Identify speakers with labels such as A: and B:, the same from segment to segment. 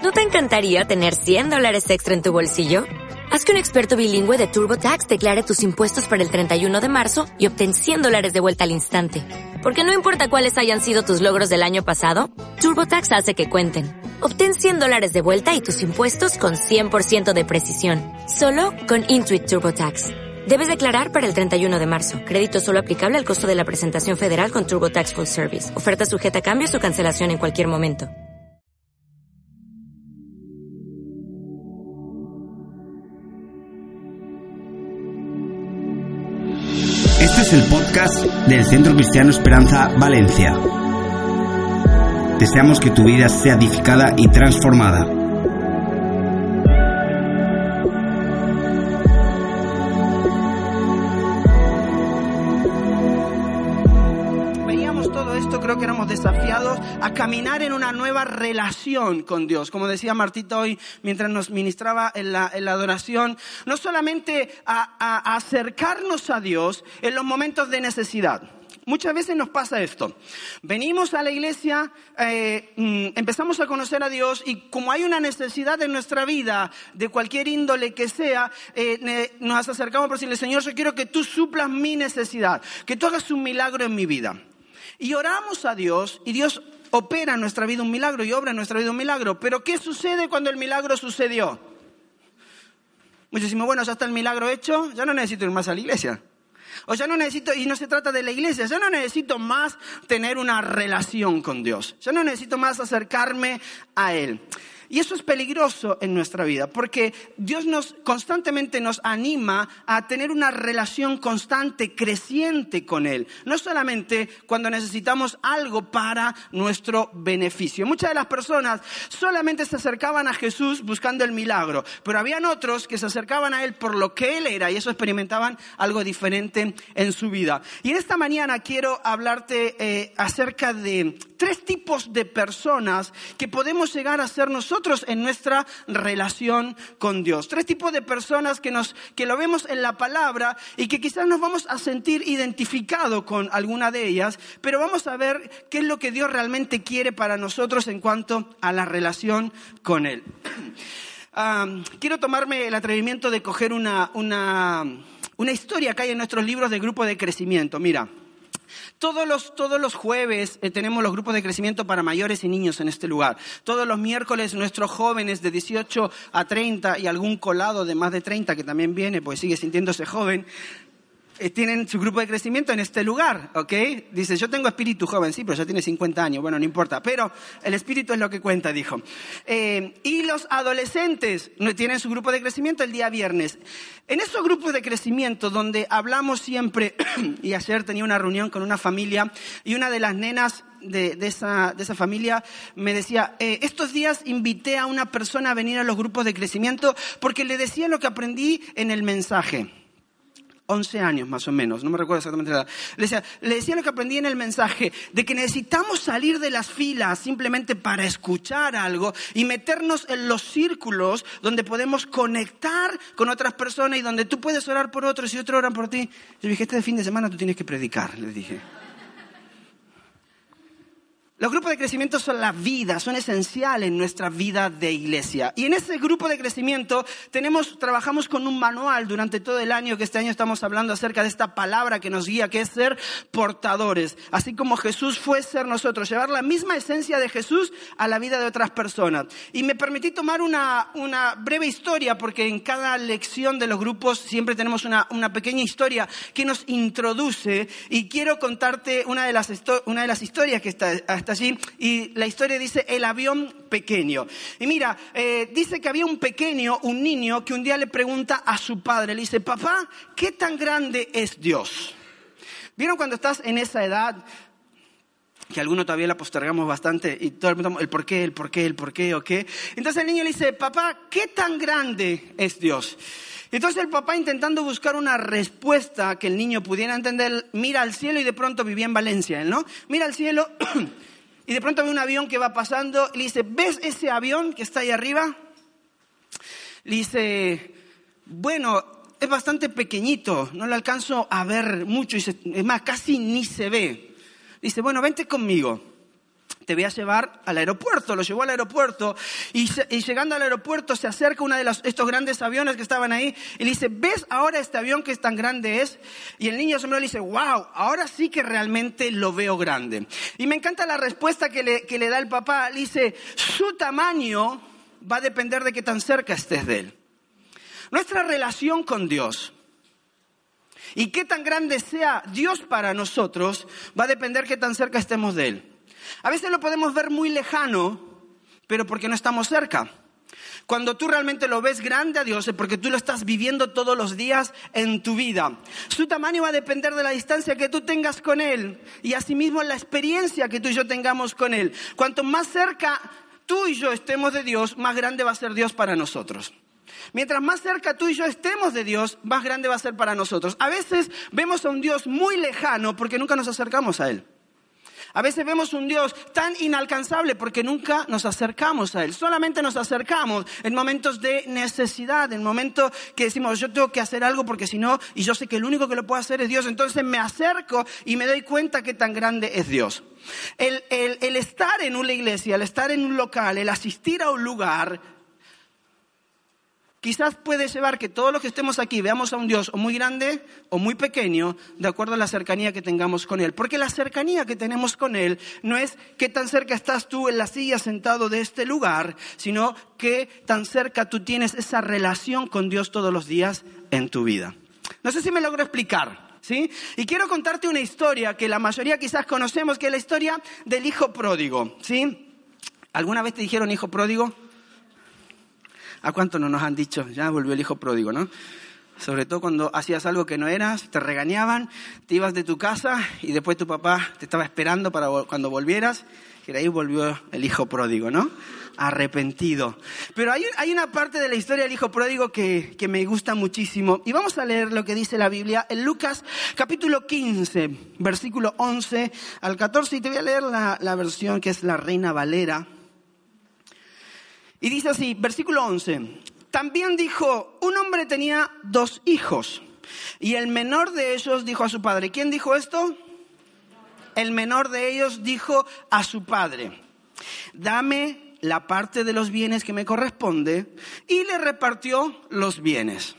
A: ¿No te encantaría tener $100 extra en tu bolsillo? Haz que un experto bilingüe de TurboTax declare tus impuestos para el 31 de marzo y obtén $100 de vuelta al instante. Porque no importa cuáles hayan sido tus logros del año pasado, TurboTax hace que cuenten. Obtén $100 de vuelta y tus impuestos con 100% de precisión. Solo con Intuit TurboTax. Debes declarar para el 31 de marzo. Crédito solo aplicable al costo de la presentación federal con TurboTax Full Service. Oferta sujeta a cambios o cancelación en cualquier momento.
B: Este es el podcast del Centro Cristiano Esperanza Valencia. Deseamos que tu vida sea edificada y transformada.
C: Veíamos todo esto, creo que éramos desafiados a caminar en una nueva relación con Dios. Como decía Martita hoy mientras nos ministraba en la adoración, no solamente a acercarnos a Dios en los momentos de necesidad. Muchas veces nos pasa esto. Venimos a la iglesia, empezamos a conocer a Dios y como hay una necesidad en nuestra vida, de cualquier índole que sea, nos acercamos para decirle: Señor, yo quiero que tú suplas mi necesidad, que tú hagas un milagro en mi vida. Y oramos a Dios y Dios opera en nuestra vida un milagro y obra en nuestra vida un milagro. Pero ¿qué sucede cuando el milagro sucedió? Muchos decimos: bueno, ya está el milagro hecho, ya no necesito ir más a la iglesia. O ya no necesito, y no se trata de la iglesia, ya no necesito más tener una relación con Dios. Ya no necesito más acercarme a Él. Y eso es peligroso en nuestra vida, porque Dios constantemente nos anima a tener una relación constante, creciente con Él. No solamente cuando necesitamos algo para nuestro beneficio. Muchas de las personas solamente se acercaban a Jesús buscando el milagro, pero habían otros que se acercaban a Él por lo que Él era y eso experimentaban algo diferente en su vida. Y en esta mañana quiero hablarte acerca de 3 tipos de personas que podemos llegar a ser nosotros en nuestra relación con Dios. 3 tipos de personas que lo vemos en la palabra y que quizás nos vamos a sentir identificados con alguna de ellas, pero vamos a ver qué es lo que Dios realmente quiere para nosotros en cuanto a la relación con Él. Quiero tomarme el atrevimiento de coger una historia que hay en nuestros libros de grupo de crecimiento. Mira. Todos los jueves tenemos los grupos de crecimiento para mayores y niños en este lugar. Todos los miércoles nuestros jóvenes de 18 a 30 y algún colado de más de 30 que también viene, pues sigue sintiéndose joven, tienen su grupo de crecimiento en este lugar, ¿ok? Dice: yo tengo espíritu joven, sí, pero ya tiene 50 años. Bueno, no importa, pero el espíritu es lo que cuenta, dijo. Y los adolescentes tienen su grupo de crecimiento el día viernes. En esos grupos de crecimiento donde hablamos siempre, y ayer tenía una reunión con una familia y una de las nenas de esa familia me decía: estos días invité a una persona a venir a los grupos de crecimiento porque le decía lo que aprendí en el mensaje. 11 años más o menos, no me recuerdo exactamente la edad. Le decía lo que aprendí en el mensaje, de que necesitamos salir de las filas simplemente para escuchar algo y meternos en los círculos donde podemos conectar con otras personas y donde tú puedes orar por otros y otros oran por ti. Yo dije: este fin de semana tú tienes que predicar, les dije. Los grupos de crecimiento son la vida, son esenciales en nuestra vida de iglesia. Y en ese grupo de crecimiento trabajamos con un manual durante todo el año, que este año estamos hablando acerca de esta palabra que nos guía, que es ser portadores. Así como Jesús fue ser nosotros, llevar la misma esencia de Jesús a la vida de otras personas. Y me permití tomar una breve historia, porque en cada lección de los grupos siempre tenemos una pequeña historia que nos introduce. Y quiero contarte una de las historias que está allí, y la historia dice: el avión pequeño. Y mira, dice que había un niño que un día le pregunta a su padre, le dice: papá, ¿qué tan grande es Dios? ¿Vieron cuando estás en esa edad? Que algunos todavía la postergamos bastante y todo el por qué, ¿ok? Entonces el niño le dice: papá, ¿qué tan grande es Dios? Entonces el papá, intentando buscar una respuesta que el niño pudiera entender, mira al cielo, y de pronto vivía en Valencia, ¿no? Mira al cielo y de pronto ve un avión que va pasando y le dice: ¿ves ese avión que está ahí arriba? Le dice: bueno, es bastante pequeñito, no lo alcanzo a ver mucho, es más, casi ni se ve. Dice: bueno, vente conmigo. te voy a llevar al aeropuerto. Lo llevó al aeropuerto y llegando al aeropuerto se acerca uno de estos grandes aviones que estaban ahí y le dice, ¿ves ahora este avión que es tan grande es? Y el niño asombrado le dice, wow, ahora sí que realmente lo veo grande. Y me encanta la respuesta que le da el papá. Le dice, su tamaño va a depender de qué tan cerca estés de él. Nuestra relación con Dios y qué tan grande sea Dios para nosotros va a depender qué tan cerca estemos de él. A veces lo podemos ver muy lejano, pero porque no estamos cerca. Cuando tú realmente lo ves grande a Dios es porque tú lo estás viviendo todos los días en tu vida. Su tamaño va a depender de la distancia que tú tengas con Él y asimismo la experiencia que tú y yo tengamos con Él. Cuanto más cerca tú y yo estemos de Dios, más grande va a ser Dios para nosotros. Mientras más cerca tú y yo estemos de Dios, más grande va a ser para nosotros. A veces vemos a un Dios muy lejano porque nunca nos acercamos a Él. A veces vemos un Dios tan inalcanzable porque nunca nos acercamos a Él. Solamente nos acercamos en momentos de necesidad, en momentos que decimos, yo tengo que hacer algo porque si no, y yo sé que el único que lo puede hacer es Dios. Entonces me acerco y me doy cuenta qué tan grande es Dios. El estar en una iglesia, el estar en un local, el asistir a un lugar, quizás puede llevar que todos los que estemos aquí veamos a un Dios o muy grande o muy pequeño de acuerdo a la cercanía que tengamos con Él. Porque la cercanía que tenemos con Él no es qué tan cerca estás tú en la silla sentado de este lugar, sino qué tan cerca tú tienes esa relación con Dios todos los días en tu vida. No sé si me logro explicar, ¿sí? Y quiero contarte una historia que la mayoría quizás conocemos, que es la historia del hijo pródigo, ¿sí? ¿Alguna vez te dijeron hijo pródigo? ¿A cuánto no nos han dicho? Ya volvió el hijo pródigo, ¿no? Sobre todo cuando hacías algo que no eras, te regañaban, te ibas de tu casa y después tu papá te estaba esperando para cuando volvieras. Y de ahí volvió el hijo pródigo, ¿no? Arrepentido. Pero hay una parte de la historia del hijo pródigo que me gusta muchísimo. Y vamos a leer lo que dice la Biblia en Lucas capítulo 15, versículo 11 al 14. Y te voy a leer la versión que es la Reina Valera. Y dice así, versículo 11, también dijo, un hombre tenía 2 hijos y el menor de ellos dijo a su padre, ¿quién dijo esto? El menor de ellos dijo a su padre, dame la parte de los bienes que me corresponde, y le repartió los bienes.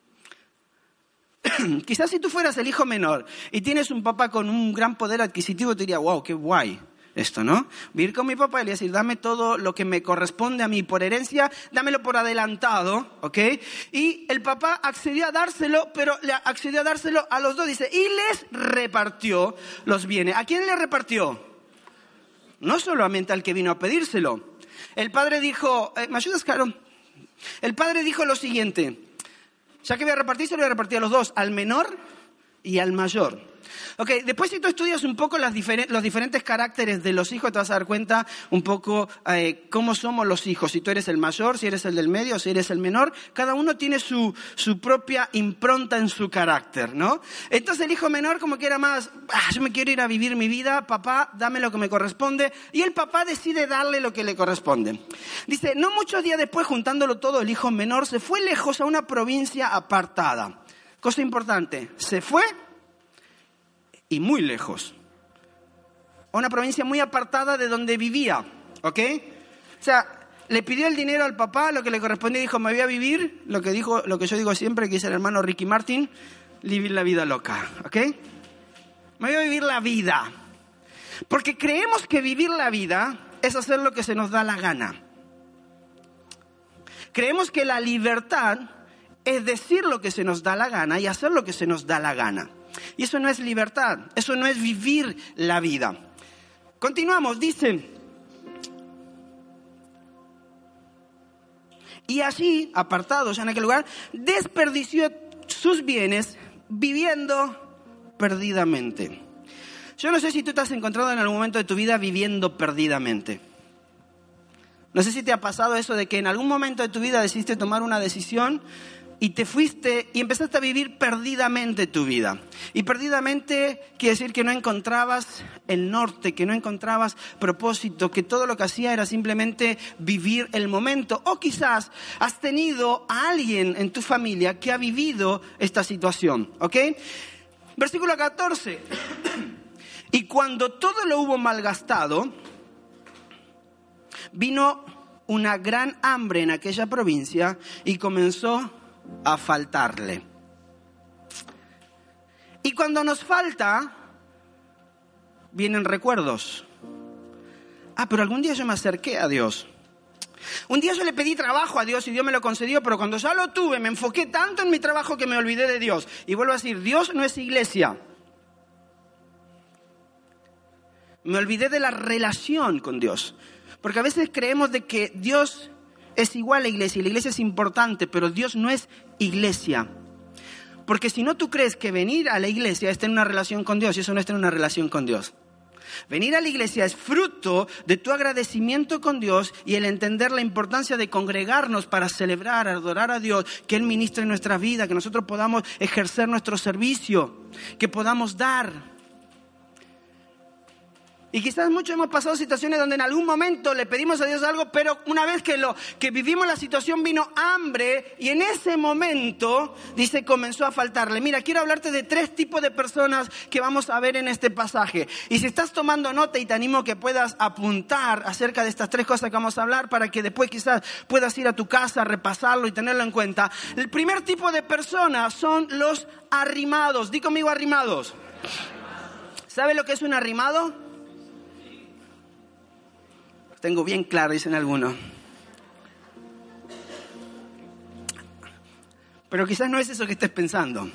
C: Quizás si tú fueras el hijo menor y tienes un papá con un gran poder adquisitivo, te diría, wow, qué guay. Esto, ¿no? Voy a ir con mi papá y le decir, dame todo lo que me corresponde a mí por herencia, dámelo por adelantado, ¿ok? Y el papá accedió a dárselo, pero le accedió a dárselo a los 2, dice, y les repartió los bienes. ¿A quién le repartió? No solamente al que vino a pedírselo. El padre dijo, ¿me ayudas, Caro? El padre dijo lo siguiente, ya que voy a repartir, se lo voy a repartir a los 2, al menor y al mayor. Okay, después si tú estudias un poco los diferentes caracteres de los hijos, te vas a dar cuenta un poco cómo somos los hijos. Si tú eres el mayor, si eres el del medio, si eres el menor, cada uno tiene su propia impronta en su carácter, ¿no? Entonces el hijo menor como que era más, yo me quiero ir a vivir mi vida, papá, dame lo que me corresponde. Y el papá decide darle lo que le corresponde. Dice, no muchos días después, juntándolo todo, el hijo menor se fue lejos a una provincia apartada. Cosa importante, se fue y muy lejos. A una provincia muy apartada de donde vivía, ¿ok? O sea, le pidió el dinero al papá, lo que le correspondía, dijo, me voy a vivir, lo que yo digo siempre, que dice el hermano Ricky Martin, vivir la vida loca, ¿ok? Me voy a vivir la vida. Porque creemos que vivir la vida es hacer lo que se nos da la gana. Creemos que la libertad es decir lo que se nos da la gana y hacer lo que se nos da la gana. Y eso no es libertad, eso no es vivir la vida. Continuamos, dice, y allí, apartado ya en aquel lugar, desperdició sus bienes viviendo perdidamente. Yo no sé si tú te has encontrado en algún momento de tu vida viviendo perdidamente. No sé si te ha pasado eso de que en algún momento de tu vida decidiste tomar una decisión y te fuiste y empezaste a vivir perdidamente tu vida. Y perdidamente quiere decir que no encontrabas el norte, que no encontrabas propósito, que todo lo que hacía era simplemente vivir el momento. O quizás has tenido a alguien en tu familia que ha vivido esta situación, ¿ok? Versículo 14. Y cuando todo lo hubo malgastado, vino una gran hambre en aquella provincia y comenzó a faltarle. Y cuando nos falta, vienen recuerdos. Pero algún día yo me acerqué a Dios. Un día yo le pedí trabajo a Dios y Dios me lo concedió, pero cuando ya lo tuve me enfoqué tanto en mi trabajo que me olvidé de Dios. Y vuelvo a decir, Dios no es iglesia. Me olvidé de la relación con Dios. Porque a veces creemos de que Dios es igual a la iglesia y la iglesia es importante, pero Dios no es iglesia. Porque si no, tú crees que venir a la iglesia es tener una relación con Dios y eso no es tener una relación con Dios. Venir a la iglesia es fruto de tu agradecimiento con Dios y el entender la importancia de congregarnos para celebrar, adorar a Dios, que Él ministre en nuestra vida, que nosotros podamos ejercer nuestro servicio, que podamos dar. Y quizás muchos hemos pasado situaciones donde en algún momento le pedimos a Dios algo, pero una vez que vivimos la situación vino hambre y en ese momento, dice, comenzó a faltarle. Mira, quiero hablarte de 3 tipos de personas que vamos a ver en este pasaje. Y si estás tomando nota y te animo a que puedas apuntar acerca de estas 3 cosas que vamos a hablar para que después quizás puedas ir a tu casa, repasarlo y tenerlo en cuenta. El primer tipo de personas son los arrimados. Di conmigo arrimados. ¿Sabe lo que es un arrimado? Tengo bien claro, dicen algunos. Pero quizás no es eso que estés pensando.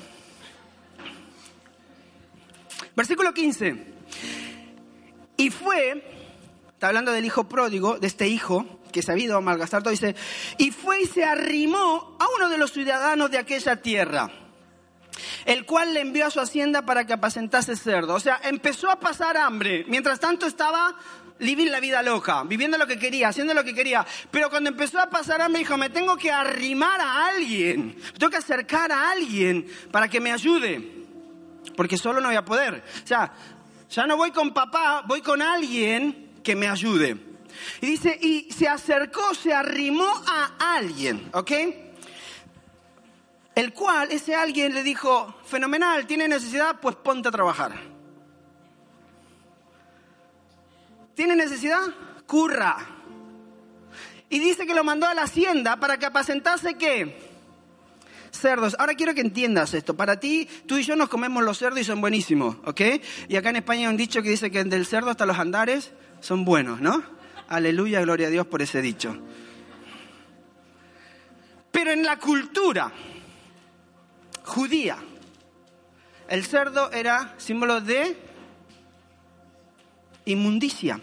C: Versículo 15. Y fue, está hablando del hijo pródigo, de este hijo que se ha ido a malgastar todo, dice, y fue y se arrimó a uno de los ciudadanos de aquella tierra, el cual le envió a su hacienda para que apacentase cerdo. O sea, empezó a pasar hambre. Mientras tanto estaba vivir la vida loca, viviendo lo que quería, haciendo lo que quería. Pero cuando empezó a pasar hambre, dijo, me tengo que arrimar a alguien, me tengo que acercar a alguien para que me ayude, porque solo no voy a poder. O sea, ya no voy con papá, voy con alguien que me ayude. Y dice, y se acercó, se arrimó a alguien, ¿ok? El cual, ese alguien le dijo, fenomenal, ¿tiene necesidad? Pues ponte a trabajar. ¿Tiene necesidad? Curra. Y dice que lo mandó a la hacienda para que apacentase, ¿qué? Cerdos. Ahora quiero que entiendas esto. Para ti, tú y yo nos comemos los cerdos y son buenísimos, ¿ok? Y acá en España hay un dicho que dice que del cerdo hasta los andares son buenos, ¿no? Aleluya, gloria a Dios por ese dicho. Pero en la cultura judía, el cerdo era símbolo de inmundicia.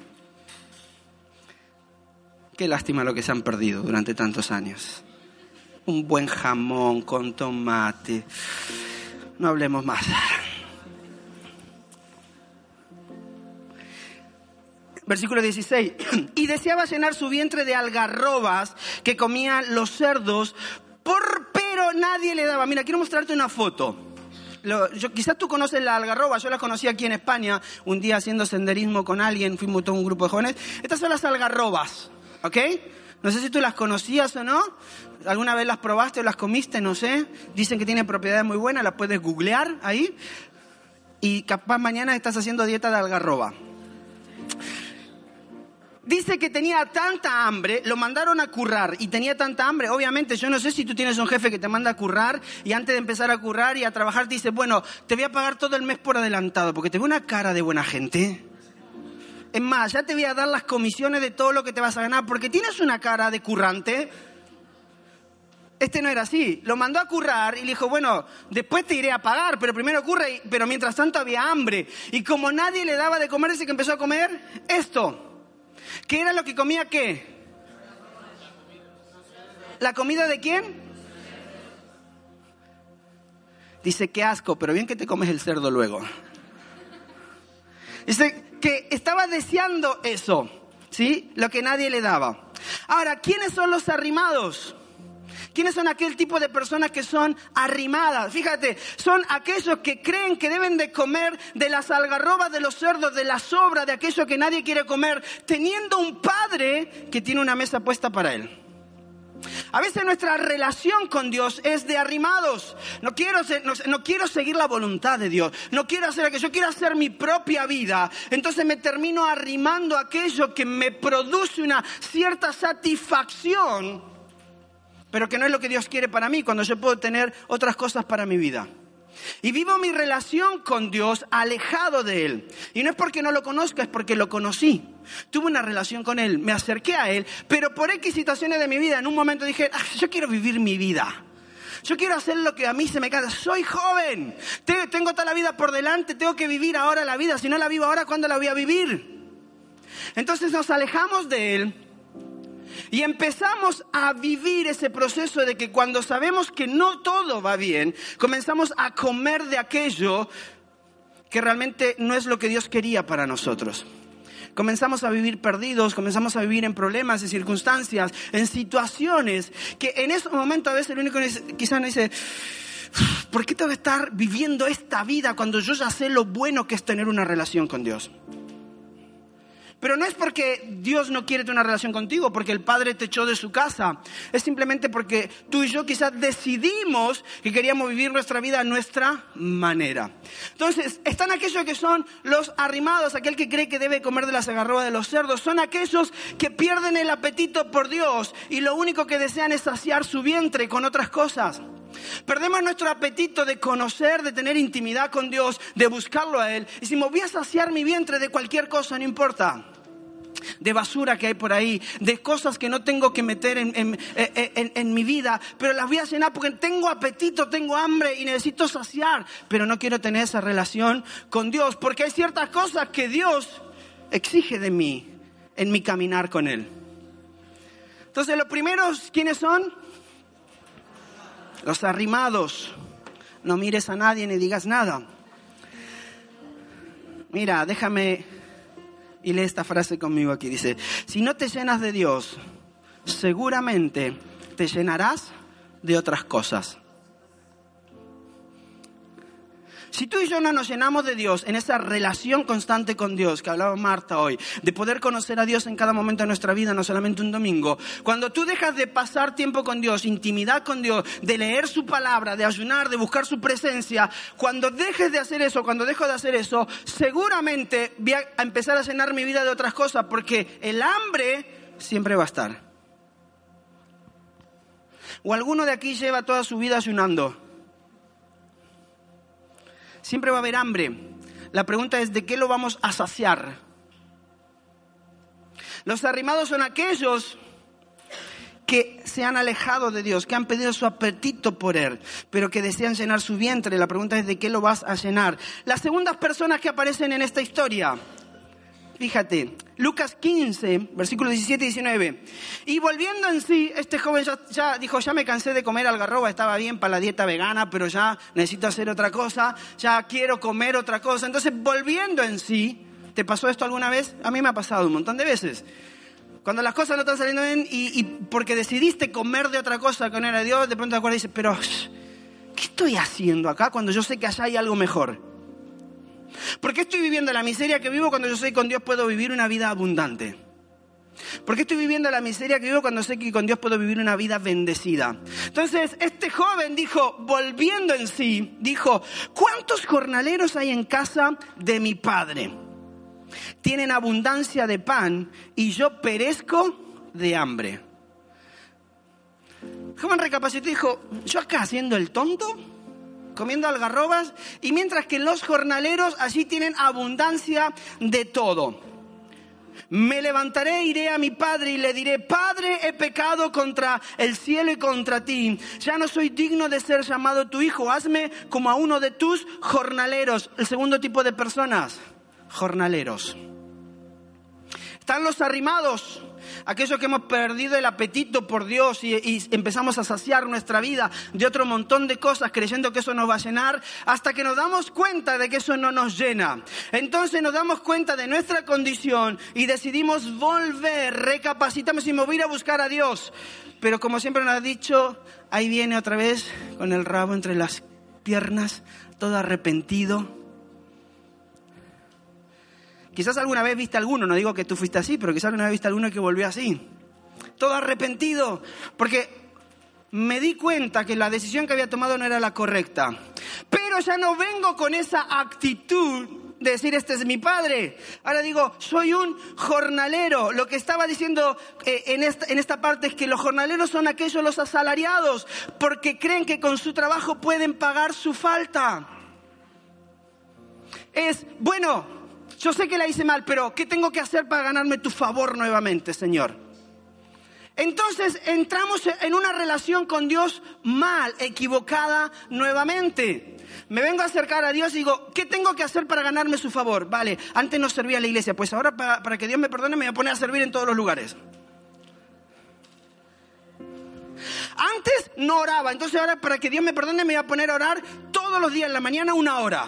C: Qué lástima lo que se han perdido durante tantos años. Un buen jamón con tomate. No hablemos más. Versículo 16. Y deseaba llenar su vientre de algarrobas que comían los cerdos, pero nadie le daba. Mira, quiero mostrarte una foto. Quizás tú conoces la algarroba, yo la conocí aquí en España, un día haciendo senderismo con alguien, fuimos todo un grupo de jóvenes. Estas son las algarrobas, ¿ok? No sé si tú las conocías o no, alguna vez las probaste o las comiste, no sé. Dicen que tienen propiedades muy buenas, las puedes googlear ahí. Y capaz mañana estás haciendo dieta de algarroba. Dice que tenía tanta hambre, lo mandaron a currar y tenía tanta hambre. Obviamente, yo no sé si tú tienes un jefe que te manda a currar y antes de empezar a currar y a trabajar te dice, bueno, te voy a pagar todo el mes por adelantado porque te veo una cara de buena gente. Es más, ya te voy a dar las comisiones de todo lo que te vas a ganar porque tienes una cara de currante. Este no era así. Lo mandó a currar y le dijo, bueno, después te iré a pagar, pero primero curra. Pero mientras tanto había hambre. Y como nadie le daba de comer, dice que empezó a comer esto. ¿Qué era lo que comía qué? ¿La comida de quién? Dice, qué asco, pero bien que te comes el cerdo luego. Dice que estaba deseando eso, ¿sí? Lo que nadie le daba. Ahora, ¿quiénes son los arrimados? ¿Quiénes son aquel tipo de personas que son arrimadas? Fíjate, son aquellos que creen que deben de comer de las algarrobas de los cerdos, de la sobra de aquello que nadie quiere comer, teniendo un padre que tiene una mesa puesta para él. A veces nuestra relación con Dios es de arrimados. No quiero seguir la voluntad de Dios. No quiero hacer aquello. Yo quiero hacer mi propia vida. Entonces me termino arrimando a aquello que me produce una cierta satisfacción, pero que no es lo que Dios quiere para mí, cuando yo puedo tener otras cosas para mi vida. Y vivo mi relación con Dios alejado de Él. Y no es porque no lo conozca, es porque lo conocí. Tuve una relación con Él, me acerqué a Él, pero por X situaciones de mi vida, en un momento dije, yo quiero vivir mi vida. Yo quiero hacer lo que a mí se me canta. Soy joven, tengo toda la vida por delante, tengo que vivir ahora la vida. Si no la vivo ahora, ¿cuándo la voy a vivir? Entonces nos alejamos de Él. Y empezamos a vivir ese proceso de que cuando sabemos que no todo va bien, comenzamos a comer de aquello que realmente no es lo que Dios quería para nosotros. Comenzamos a vivir perdidos, comenzamos a vivir en problemas, en circunstancias, en situaciones que en esos momentos a veces el único quizás nos dice, ¿por qué tengo que estar viviendo esta vida cuando yo ya sé lo bueno que es tener una relación con Dios? Pero no es porque Dios no quiere tener una relación contigo, porque el Padre te echó de su casa. Es simplemente porque tú y yo quizás decidimos que queríamos vivir nuestra vida a nuestra manera. Entonces, están aquellos que son los arrimados, aquel que cree que debe comer de las algarrobas de los cerdos. Son aquellos que pierden el apetito por Dios y lo único que desean es saciar su vientre con otras cosas. Perdemos nuestro apetito de conocer, de tener intimidad con Dios, de buscarlo a Él. Y decimos, voy a saciar mi vientre de cualquier cosa, no importa. De basura que hay por ahí, de cosas que no tengo que meter en mi vida, pero las voy a llenar porque tengo apetito, tengo hambre y necesito saciar. Pero no quiero tener esa relación con Dios, porque hay ciertas cosas que Dios exige de mí en mi caminar con Él. Entonces, los primeros, ¿quiénes son? Los arrimados. No mires a nadie ni digas nada. Mira, déjame y lee esta frase conmigo aquí. Dice, si no te llenas de Dios, seguramente te llenarás de otras cosas. Si tú y yo no nos llenamos de Dios, en esa relación constante con Dios, que hablaba Marta hoy, de poder conocer a Dios en cada momento de nuestra vida, no solamente un domingo, cuando tú dejas de pasar tiempo con Dios, intimidad con Dios, de leer su palabra, de ayunar, de buscar su presencia, cuando dejes de hacer eso, cuando dejo de hacer eso, seguramente voy a empezar a llenar mi vida de otras cosas, porque el hambre siempre va a estar. ¿O alguno de aquí lleva toda su vida ayunando? Siempre va a haber hambre. La pregunta es, ¿de qué lo vamos a saciar? Los arrimados son aquellos que se han alejado de Dios, que han perdido su apetito por Él, pero que desean llenar su vientre. La pregunta es, ¿de qué lo vas a llenar? Las segundas personas que aparecen en esta historia, fíjate, Lucas 15, versículos 17 y 19. Y volviendo en sí, este joven ya dijo, ya me cansé de comer algarroba, estaba bien para la dieta vegana, pero ya necesito hacer otra cosa, ya quiero comer otra cosa. Entonces, volviendo en sí, ¿te pasó esto alguna vez? A mí me ha pasado un montón de veces. Cuando las cosas no están saliendo bien y porque decidiste comer de otra cosa que no era Dios, de pronto te acuerdas y dices, pero ¿qué estoy haciendo acá cuando yo sé que allá hay algo mejor? ¿Por qué estoy viviendo la miseria que vivo cuando yo sé que con Dios puedo vivir una vida abundante? ¿Por qué estoy viviendo la miseria que vivo cuando sé que con Dios puedo vivir una vida bendecida? Entonces, este joven dijo, volviendo en sí, dijo, ¿cuántos jornaleros hay en casa de mi padre? Tienen abundancia de pan y yo perezco de hambre. El joven recapacitó y dijo, ¿yo acá haciendo el tonto? Comiendo algarrobas, y mientras que los jornaleros allí tienen abundancia de todo. Me levantaré, iré a mi padre y le diré, Padre, he pecado contra el cielo y contra ti. Ya no soy digno de ser llamado tu hijo. Hazme como a uno de tus jornaleros. El segundo tipo de personas, jornaleros. Están los arrimados, aquellos que hemos perdido el apetito por Dios y empezamos a saciar nuestra vida de otro montón de cosas creyendo que eso nos va a llenar, hasta que nos damos cuenta de que eso no nos llena. Entonces nos damos cuenta de nuestra condición y decidimos volver, recapacitamos y me voy a ir a buscar a Dios. Pero como siempre nos ha dicho, ahí viene otra vez con el rabo entre las piernas, todo arrepentido. Quizás alguna vez viste alguno, no digo que tú fuiste así, pero quizás alguna vez viste alguno que volvió así. Todo arrepentido, porque me di cuenta que la decisión que había tomado no era la correcta. Pero ya no vengo con esa actitud de decir, este es mi padre. Ahora digo, soy un jornalero. Lo que estaba diciendo en esta parte es que los jornaleros son aquellos los asalariados, porque creen que con su trabajo pueden pagar su falta. Bueno, yo sé que la hice mal, pero ¿qué tengo que hacer para ganarme tu favor nuevamente, Señor? Entonces entramos en una relación con Dios mal, equivocada nuevamente. Me vengo a acercar a Dios y digo, ¿qué tengo que hacer para ganarme su favor? Vale, antes no servía a la iglesia, pues ahora para que Dios me perdone me voy a poner a servir en todos los lugares. Antes no oraba, entonces ahora para que Dios me perdone me voy a poner a orar todos los días en la mañana 1 hora.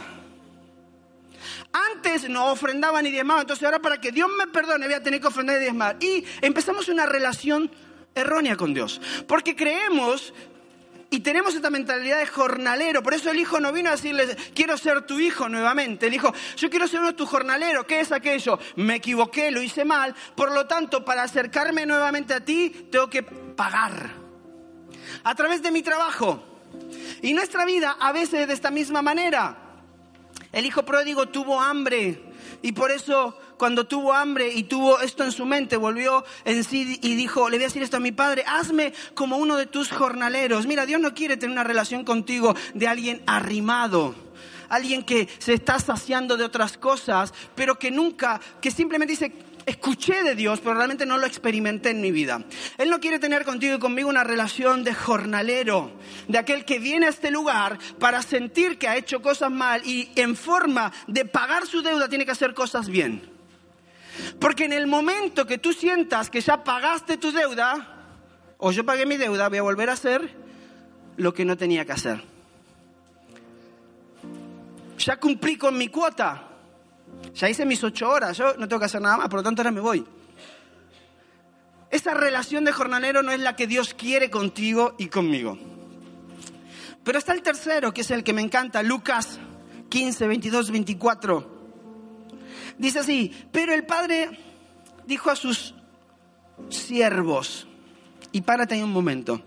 C: Antes no ofrendaba ni diezmaba, entonces ahora para que Dios me perdone voy a tener que ofrendar y diezmar. Y empezamos una relación errónea con Dios, porque creemos y tenemos esta mentalidad de jornalero. Por eso el hijo no vino a decirle, quiero ser tu hijo nuevamente. Él dijo, yo quiero ser uno de tus jornaleros. ¿Qué es aquello? Me equivoqué, lo hice mal, por lo tanto, para acercarme nuevamente a ti, tengo que pagar a través de mi trabajo. Y nuestra vida a veces de esta misma manera. El hijo pródigo tuvo hambre y por eso cuando tuvo hambre y tuvo esto en su mente, volvió en sí y dijo, le voy a decir esto a mi padre, hazme como uno de tus jornaleros. Mira, Dios no quiere tener una relación contigo de alguien arrimado, alguien que se está saciando de otras cosas, pero que simplemente dice, escuché de Dios, pero realmente no lo experimenté en mi vida. Él no quiere tener contigo y conmigo una relación de jornalero, de aquel que viene a este lugar para sentir que ha hecho cosas mal y en forma de pagar su deuda tiene que hacer cosas bien. Porque en el momento que tú sientas que ya pagaste tu deuda, o yo pagué mi deuda, voy a volver a hacer lo que no tenía que hacer. Ya cumplí con mi cuota. Ya hice mis 8 horas, yo no tengo que hacer nada más, por lo tanto ahora me voy. Esa relación de jornalero no es la que Dios quiere contigo y conmigo. Pero está el tercero, que es el que me encanta, Lucas 15, 22, 24. Dice así, pero el padre dijo a sus siervos, y párate ahí un momento.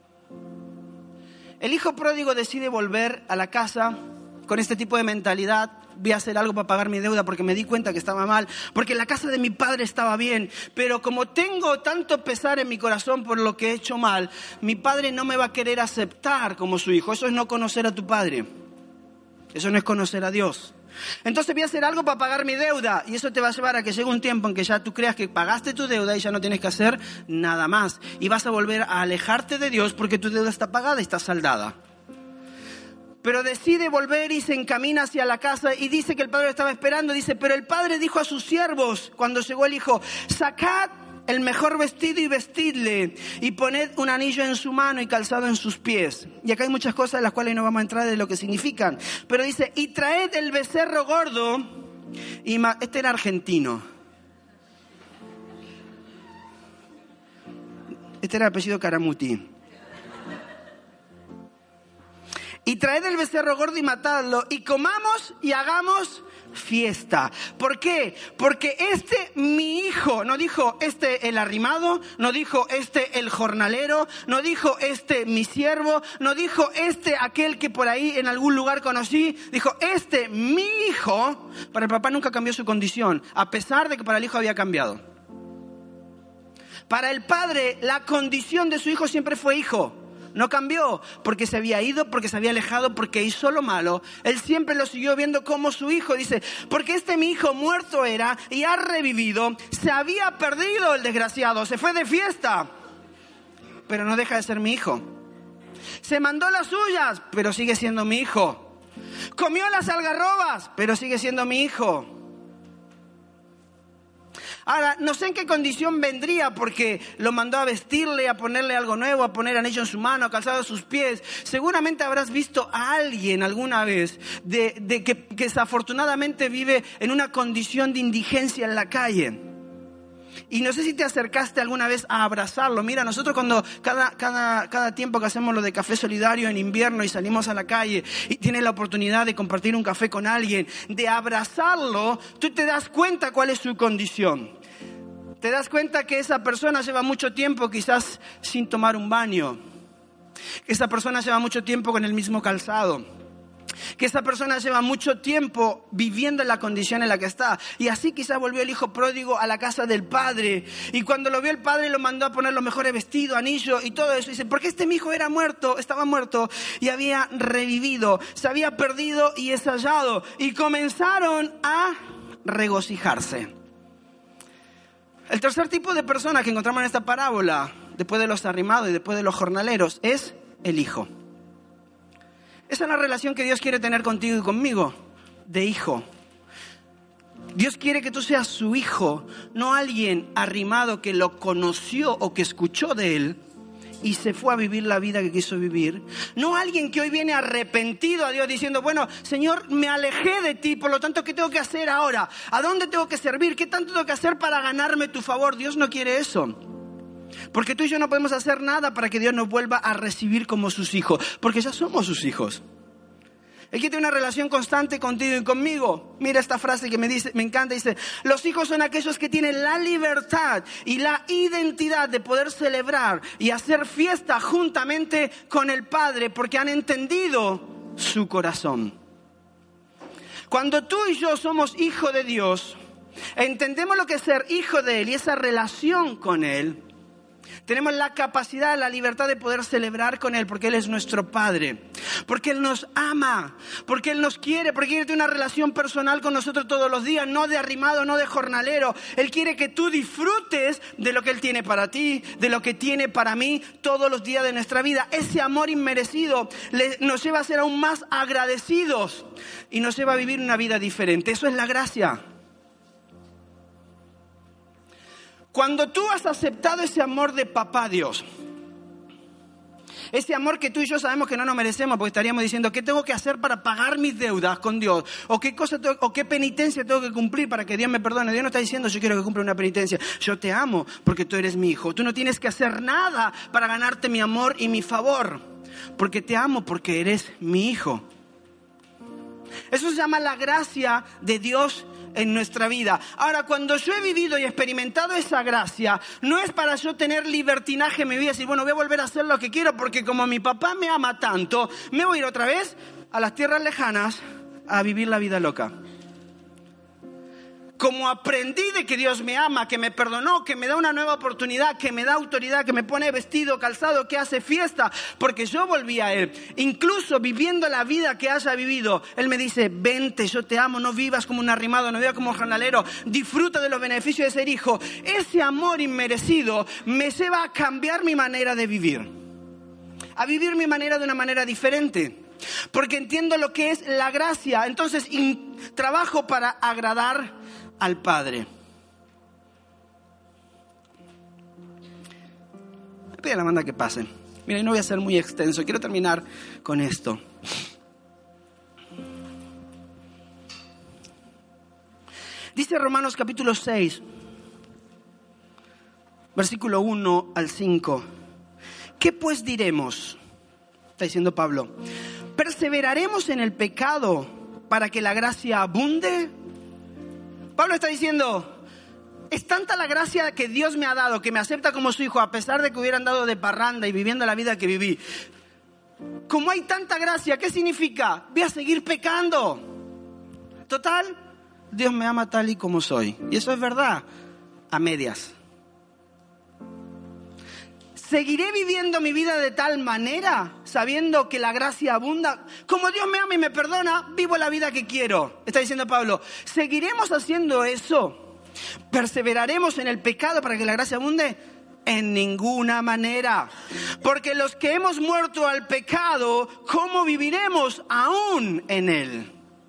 C: El hijo pródigo decide volver a la casa con este tipo de mentalidad. Voy a hacer algo para pagar mi deuda porque me di cuenta que estaba mal, porque la casa de mi padre estaba bien, pero como tengo tanto pesar en mi corazón por lo que he hecho mal, mi padre no me va a querer aceptar como su hijo. Eso es no conocer a tu padre, eso no es conocer a Dios. Entonces voy a hacer algo para pagar mi deuda y eso te va a llevar a que llegue un tiempo en que ya tú creas que pagaste tu deuda y ya no tienes que hacer nada más y vas a volver a alejarte de Dios porque tu deuda está pagada y está saldada. Pero decide volver y se encamina hacia la casa y dice que el padre lo estaba esperando. Dice, pero el padre dijo a sus siervos cuando llegó el hijo, sacad el mejor vestido y vestidle y poned un anillo en su mano y calzado en sus pies. Y acá hay muchas cosas en las cuales no vamos a entrar de lo que significan. Pero dice, y traed el becerro gordo. Este era argentino. Este era el apellido Caramuti. Y traed el becerro gordo y matadlo, y comamos y hagamos fiesta. ¿Por qué? Porque mi hijo, no dijo el arrimado, no dijo el jornalero, no dijo mi siervo, no dijo aquel que por ahí en algún lugar conocí, dijo mi hijo. Para el papá nunca cambió su condición, a pesar de que para el hijo había cambiado. Para el padre la condición de su hijo siempre fue hijo. No cambió porque se había ido, porque se había alejado, porque hizo lo malo. Él siempre lo siguió viendo como su hijo. Dice, porque mi hijo muerto era y ha revivido. Se había perdido el desgraciado, se fue de fiesta, pero no deja de ser mi hijo. Se mandó las suyas, pero sigue siendo mi hijo. Comió las algarrobas, pero sigue siendo mi hijo. Ahora, no sé en qué condición vendría porque lo mandó a vestirle, a ponerle algo nuevo, a poner anillo en su mano, calzado a sus pies. Seguramente habrás visto a alguien alguna vez que desafortunadamente vive en una condición de indigencia en la calle. Y no sé si te acercaste alguna vez a abrazarlo. Mira, nosotros cuando cada tiempo que hacemos lo de café solidario en invierno y salimos a la calle y tienes la oportunidad de compartir un café con alguien, de abrazarlo, tú te das cuenta cuál es su condición. Te das cuenta que esa persona lleva mucho tiempo quizás sin tomar un baño. que esa persona lleva mucho tiempo con el mismo calzado, que esa persona lleva mucho tiempo viviendo en la condición en la que está. Y así quizás volvió el hijo pródigo a la casa del padre. Y cuando lo vio el padre lo mandó a poner los mejores vestidos, anillos y todo eso. Y dice, porque este mi hijo estaba muerto y había revivido. Se había perdido y es hallado. Y comenzaron a regocijarse. El tercer tipo de persona que encontramos en esta parábola, después de los arrimados y después de los jornaleros, es el hijo. Esa es la relación que Dios quiere tener contigo y conmigo, de hijo. Dios quiere que tú seas su hijo, no alguien arrimado que lo conoció o que escuchó de él y se fue a vivir la vida que quiso vivir. No alguien que hoy viene arrepentido a Dios diciendo, bueno, Señor, me alejé de ti, por lo tanto, ¿qué tengo que hacer ahora? ¿A dónde tengo que servir? ¿Qué tanto tengo que hacer para ganarme tu favor? Dios no quiere eso. Porque tú y yo no podemos hacer nada para que Dios nos vuelva a recibir como sus hijos, porque ya somos sus hijos. Él quiere tener una relación constante contigo y conmigo. Mira esta frase que me encanta, dice, los hijos son aquellos que tienen la libertad y la identidad de poder celebrar y hacer fiesta juntamente con el Padre, porque han entendido su corazón. Cuando tú y yo somos hijos de Dios, entendemos lo que es ser hijo de Él y esa relación con Él, tenemos la capacidad, la libertad de poder celebrar con Él, porque Él es nuestro Padre, porque Él nos ama, porque Él nos quiere, porque quiere tener una relación personal con nosotros todos los días, no de arrimado, no de jornalero. Él quiere que tú disfrutes de lo que Él tiene para ti, de lo que tiene para mí todos los días de nuestra vida. Ese amor inmerecido nos lleva a ser aún más agradecidos y nos lleva a vivir una vida diferente. Eso es la gracia. Cuando tú has aceptado ese amor de papá Dios, ese amor que tú y yo sabemos que no nos merecemos, porque estaríamos diciendo, ¿qué tengo que hacer para pagar mis deudas con Dios? ¿O qué penitencia tengo que cumplir para que Dios me perdone? Dios no está diciendo, yo quiero que cumpla una penitencia. Yo te amo porque tú eres mi hijo. Tú no tienes que hacer nada para ganarte mi amor y mi favor, porque te amo porque eres mi hijo. Eso se llama la gracia de Dios en nuestra vida. Ahora, cuando yo he vivido y experimentado esa gracia, no es para yo tener libertinaje en mi vida y decir, bueno, voy a volver a hacer lo que quiero porque como mi papá me ama tanto, me voy a ir otra vez a las tierras lejanas a vivir la vida loca. Como aprendí de que Dios me ama, que me perdonó, que me da una nueva oportunidad, que me da autoridad, que me pone vestido, calzado, que hace fiesta, porque yo volví a Él. Incluso viviendo la vida que haya vivido, Él me dice, vente, yo te amo, no vivas como un arrimado, no vivas como un jornalero, disfruta de los beneficios de ser hijo. Ese amor inmerecido me lleva a cambiar mi manera de vivir, a vivir mi manera de una manera diferente. Porque entiendo lo que es la gracia, entonces trabajo para agradar al Padre. Me pide a la banda que pase. Mira, y no voy a ser muy extenso, quiero terminar con esto. Dice Romanos capítulo 6, versículo 1 al 5. ¿Qué pues diremos? Está diciendo Pablo. ¿Perseveraremos en el pecado para que la gracia abunde? Pablo está diciendo, es tanta la gracia que Dios me ha dado, que me acepta como su hijo, a pesar de que hubiera andado de parranda y viviendo la vida que viví. Como hay tanta gracia, ¿qué significa? Voy a seguir pecando. Total, Dios me ama tal y como soy. Y eso es verdad, a medias. ¿Seguiré viviendo mi vida de tal manera, sabiendo que la gracia abunda? Como Dios me ama y me perdona, vivo la vida que quiero. Está diciendo Pablo, ¿seguiremos haciendo eso? ¿Perseveraremos en el pecado para que la gracia abunde? En ninguna manera. Porque los que hemos muerto al pecado, ¿cómo viviremos aún en él?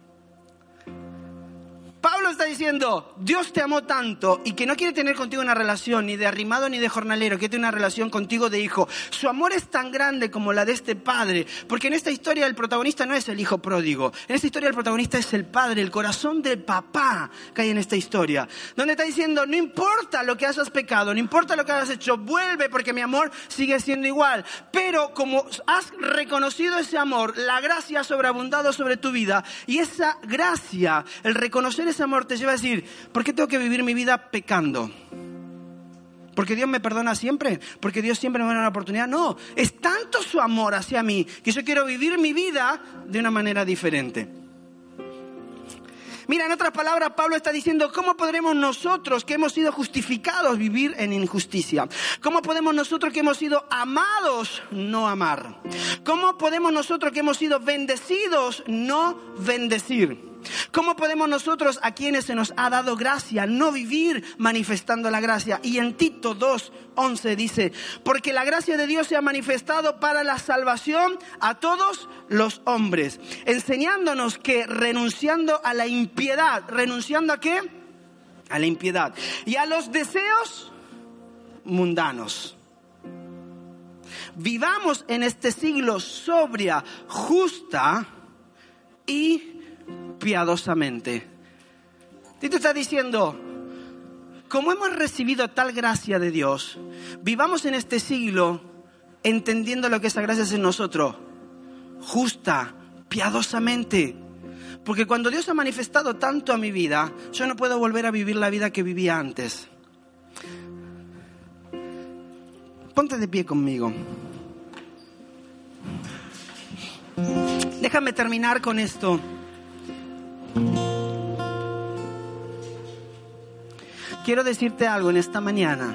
C: Pablo está diciendo, Dios te amó tanto y que no quiere tener contigo una relación ni de arrimado ni de jornalero, quiere tener una relación contigo de hijo. Su amor es tan grande como la de este padre, porque en esta historia el protagonista no es el hijo pródigo. En esta historia el protagonista es el padre, el corazón del papá que hay en esta historia. Donde está diciendo, no importa lo que hayas pecado, no importa lo que hayas hecho, vuelve porque mi amor sigue siendo igual. Pero como has reconocido ese amor, la gracia ha sobreabundado sobre tu vida y esa gracia, el reconocer ese amor te lleva a decir, ¿por qué tengo que vivir mi vida pecando? Porque Dios me perdona siempre, porque Dios siempre me da una oportunidad. No, es tanto su amor hacia mí que yo quiero vivir mi vida de una manera diferente. Mira, en otras palabras, Pablo está diciendo, ¿cómo podremos nosotros que hemos sido justificados vivir en injusticia? ¿Cómo podemos nosotros que hemos sido amados no amar? ¿Cómo podemos nosotros que hemos sido bendecidos no bendecir? ¿Cómo podemos nosotros, a quienes se nos ha dado gracia, no vivir manifestando la gracia? Y en Tito 2:11 dice, porque la gracia de Dios se ha manifestado para la salvación a todos los hombres, enseñándonos que renunciando a la impiedad, ¿renunciando a qué? A la impiedad y a los deseos mundanos, vivamos en este siglo sobria, justa y piadosamente. Tito está diciendo, como hemos recibido tal gracia de Dios, vivamos en este siglo entendiendo lo que esa gracia es en nosotros, justa, piadosamente. Porque cuando Dios ha manifestado tanto a mi vida, yo no puedo volver a vivir la vida que vivía antes. Ponte de pie conmigo. Déjame terminar con esto. Quiero decirte algo en esta mañana.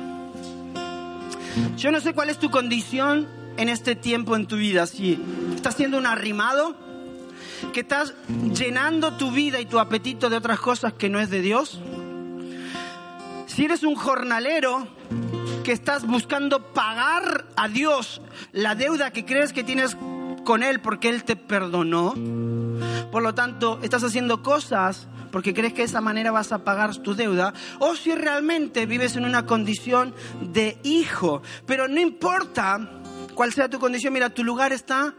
C: Yo no sé cuál es tu condición en este tiempo en tu vida. Si estás siendo un arrimado, que estás llenando tu vida y tu apetito de otras cosas que no es de Dios. Si eres un jornalero que estás buscando pagar a Dios la deuda que crees que tienes con Él porque Él te perdonó. Por lo tanto, estás haciendo cosas porque crees que de esa manera vas a pagar tu deuda. O si realmente vives en una condición de hijo. Pero no importa cuál sea tu condición. Mira, tu lugar está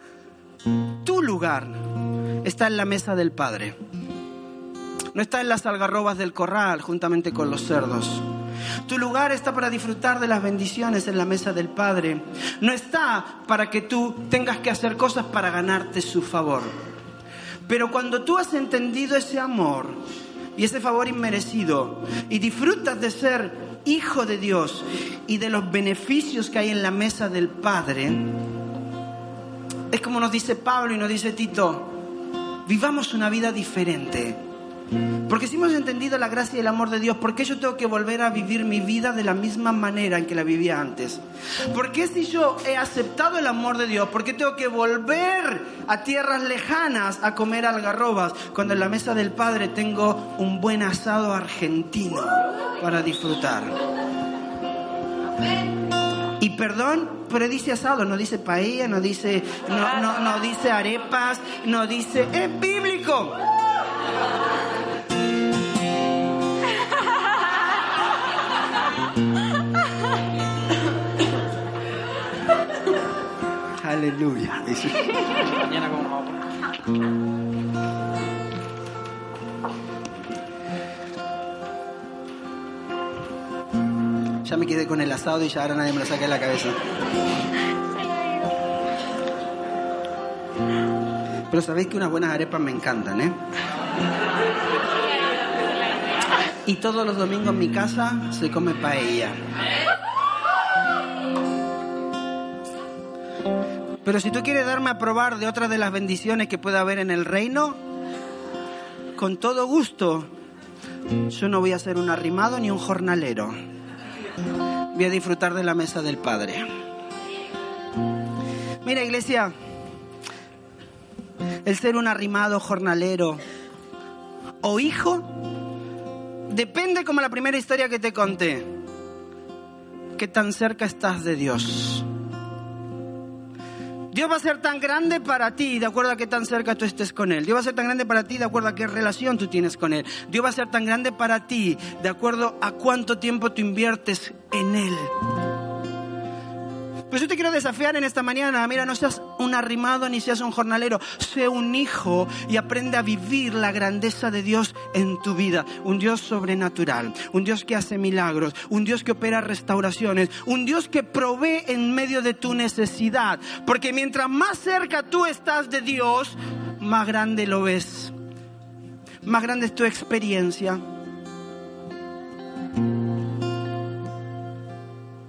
C: en la mesa del Padre. No está en las algarrobas del corral juntamente con los cerdos. Tu lugar está para disfrutar de las bendiciones en la mesa del Padre. No está para que tú tengas que hacer cosas para ganarte su favor. Pero cuando tú has entendido ese amor y ese favor inmerecido y disfrutas de ser hijo de Dios y de los beneficios que hay en la mesa del Padre, es como nos dice Pablo y nos dice Tito, vivamos una vida diferente. Porque si hemos entendido la gracia y el amor de Dios, ¿por qué yo tengo que volver a vivir mi vida de la misma manera en que la vivía antes? ¿Por qué si yo he aceptado el amor de Dios, por qué tengo que volver a tierras lejanas a comer algarrobas cuando en la mesa del Padre tengo un buen asado argentino para disfrutar? Y perdón, pero dice asado, no dice paella, no dice arepas, no dice... ¡Es bíblico! Aleluya. Mañana ya me quedé con el asado y ya ahora nadie me lo saca de la cabeza. Pero sabéis que unas buenas arepas me encantan, ¿eh? Y todos los domingos en mi casa se come paella. Pero si tú quieres darme a probar de otras de las bendiciones que puede haber en el reino, con todo gusto, yo no voy a ser un arrimado ni un jornalero. Voy a disfrutar de la mesa del Padre. Mira, iglesia, el ser un arrimado, jornalero o hijo, depende, como la primera historia que te conté, qué tan cerca estás de Dios. Dios va a ser tan grande para ti de acuerdo a qué tan cerca tú estés con Él. Dios va a ser tan grande para ti de acuerdo a qué relación tú tienes con Él. Dios va a ser tan grande para ti de acuerdo a cuánto tiempo tú inviertes en Él. Pues yo te quiero desafiar en esta mañana. Mira, no seas un arrimado ni seas un jornalero. Sé un hijo y aprende a vivir la grandeza de Dios en tu vida. Un Dios sobrenatural, un Dios que hace milagros, un Dios que opera restauraciones, un Dios que provee en medio de tu necesidad. Porque mientras más cerca tú estás de Dios, más grande lo ves. Más grande es tu experiencia.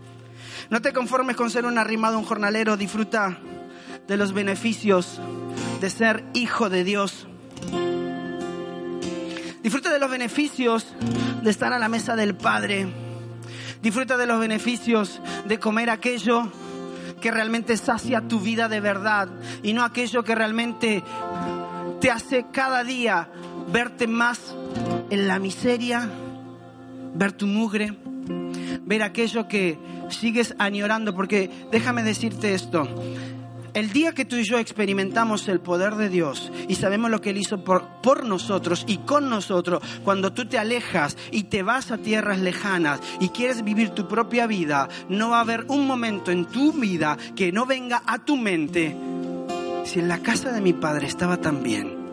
C: No te conformes con ser un arrimado, un jornalero. Disfruta de los beneficios de ser hijo de Dios. Disfruta de los beneficios de estar a la mesa del Padre. Disfruta de los beneficios de comer aquello que realmente sacia tu vida de verdad y no aquello que realmente te hace cada día verte más en la miseria, ver tu mugre, ver aquello que sigues añorando. Porque déjame decirte esto, el día que tú y yo experimentamos el poder de Dios y sabemos lo que Él hizo por nosotros y con nosotros, cuando tú te alejas y te vas a tierras lejanas y quieres vivir tu propia vida, no va a haber un momento en tu vida que no venga a tu mente: si en la casa de mi padre estaba tan bien,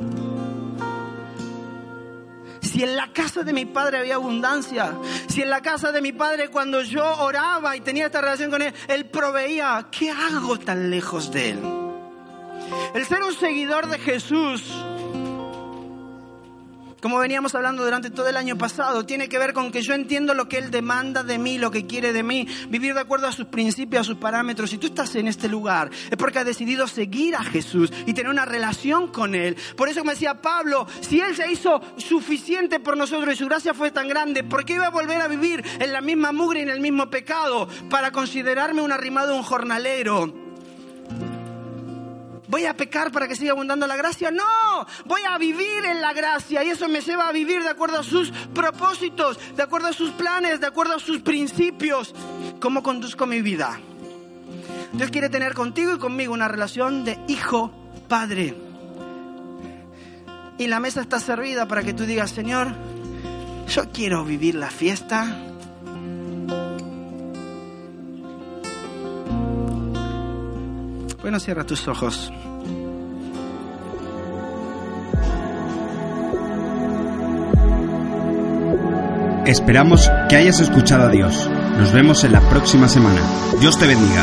C: si en la casa de mi padre había abundancia, si en la casa de mi padre cuando yo oraba y tenía esta relación con Él, Él proveía, ¿qué hago tan lejos de Él? El ser un seguidor de Jesús, como veníamos hablando durante todo el año pasado, tiene que ver con que yo entiendo lo que Él demanda de mí, lo que quiere de mí, vivir de acuerdo a sus principios, a sus parámetros. Si tú estás en este lugar, es porque has decidido seguir a Jesús y tener una relación con Él. Por eso me decía Pablo, si Él se hizo suficiente por nosotros y su gracia fue tan grande, ¿por qué iba a volver a vivir en la misma mugre y en el mismo pecado para considerarme un arrimado, un jornalero? ¿Voy a pecar para que siga abundando la gracia? No, voy a vivir en la gracia y eso me lleva a vivir de acuerdo a sus propósitos, de acuerdo a sus planes, de acuerdo a sus principios. ¿Cómo conduzco mi vida? Dios quiere tener contigo y conmigo una relación de hijo-padre. Y la mesa está servida para que tú digas: Señor, yo quiero vivir la fiesta. Bueno, cierra tus ojos.
B: Esperamos que hayas escuchado a Dios. Nos vemos en la próxima semana. Dios te bendiga.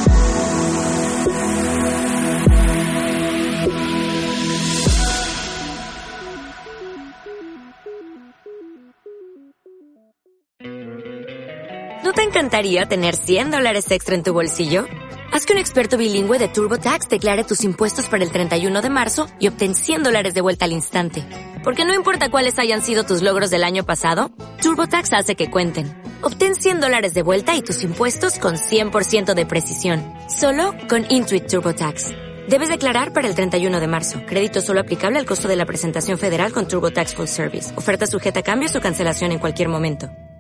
A: ¿No te encantaría tener $100 extra en tu bolsillo? Haz que un experto bilingüe de TurboTax declare tus impuestos para el 31 de marzo y obtén $100 de vuelta al instante. Porque no importa cuáles hayan sido tus logros del año pasado, TurboTax hace que cuenten. Obtén $100 de vuelta y tus impuestos con 100% de precisión. Solo con Intuit TurboTax. Debes declarar para el 31 de marzo. Crédito solo aplicable al costo de la presentación federal con TurboTax Full Service. Oferta sujeta a cambios o cancelación en cualquier momento.